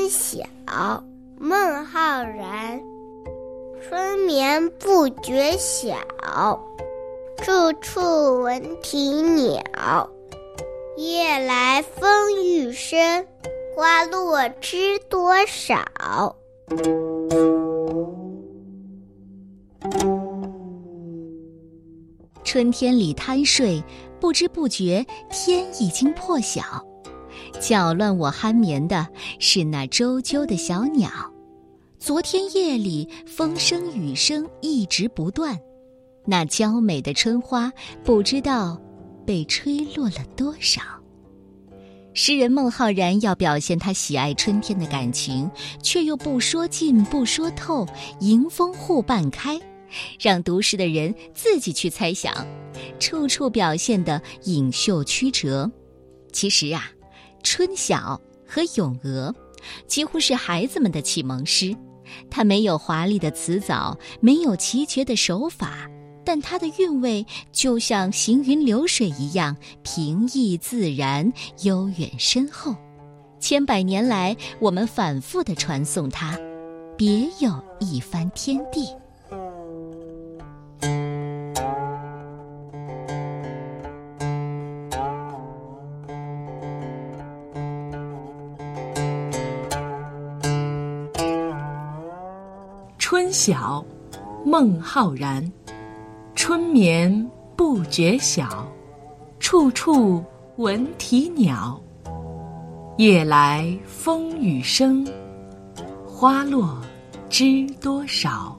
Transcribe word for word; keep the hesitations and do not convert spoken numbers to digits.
春晓，孟浩然。春眠不觉晓，处处闻啼鸟。夜来风雨声，花落知多少。 春天里贪睡，不知不觉天已经破晓。搅乱我酣眠的是那啁啾的小鸟。昨天夜里风声雨声一直不断，那娇美的春花不知道被吹落了多少。诗人孟浩然要表现他喜爱春天的感情，却又不说尽不说透，迎风互半开，让读诗的人自己去猜想，处处表现得隐秀曲折。其实啊，春晓和咏鹅几乎是孩子们的启蒙诗，它没有华丽的词藻，没有奇绝的手法，但它的韵味就像行云流水一样平易自然，悠远深厚。千百年来，我们反复地传颂它，别有一番天地。 春晓，孟浩然。春眠不觉晓，处处闻啼鸟。夜来风雨声，花落知多少。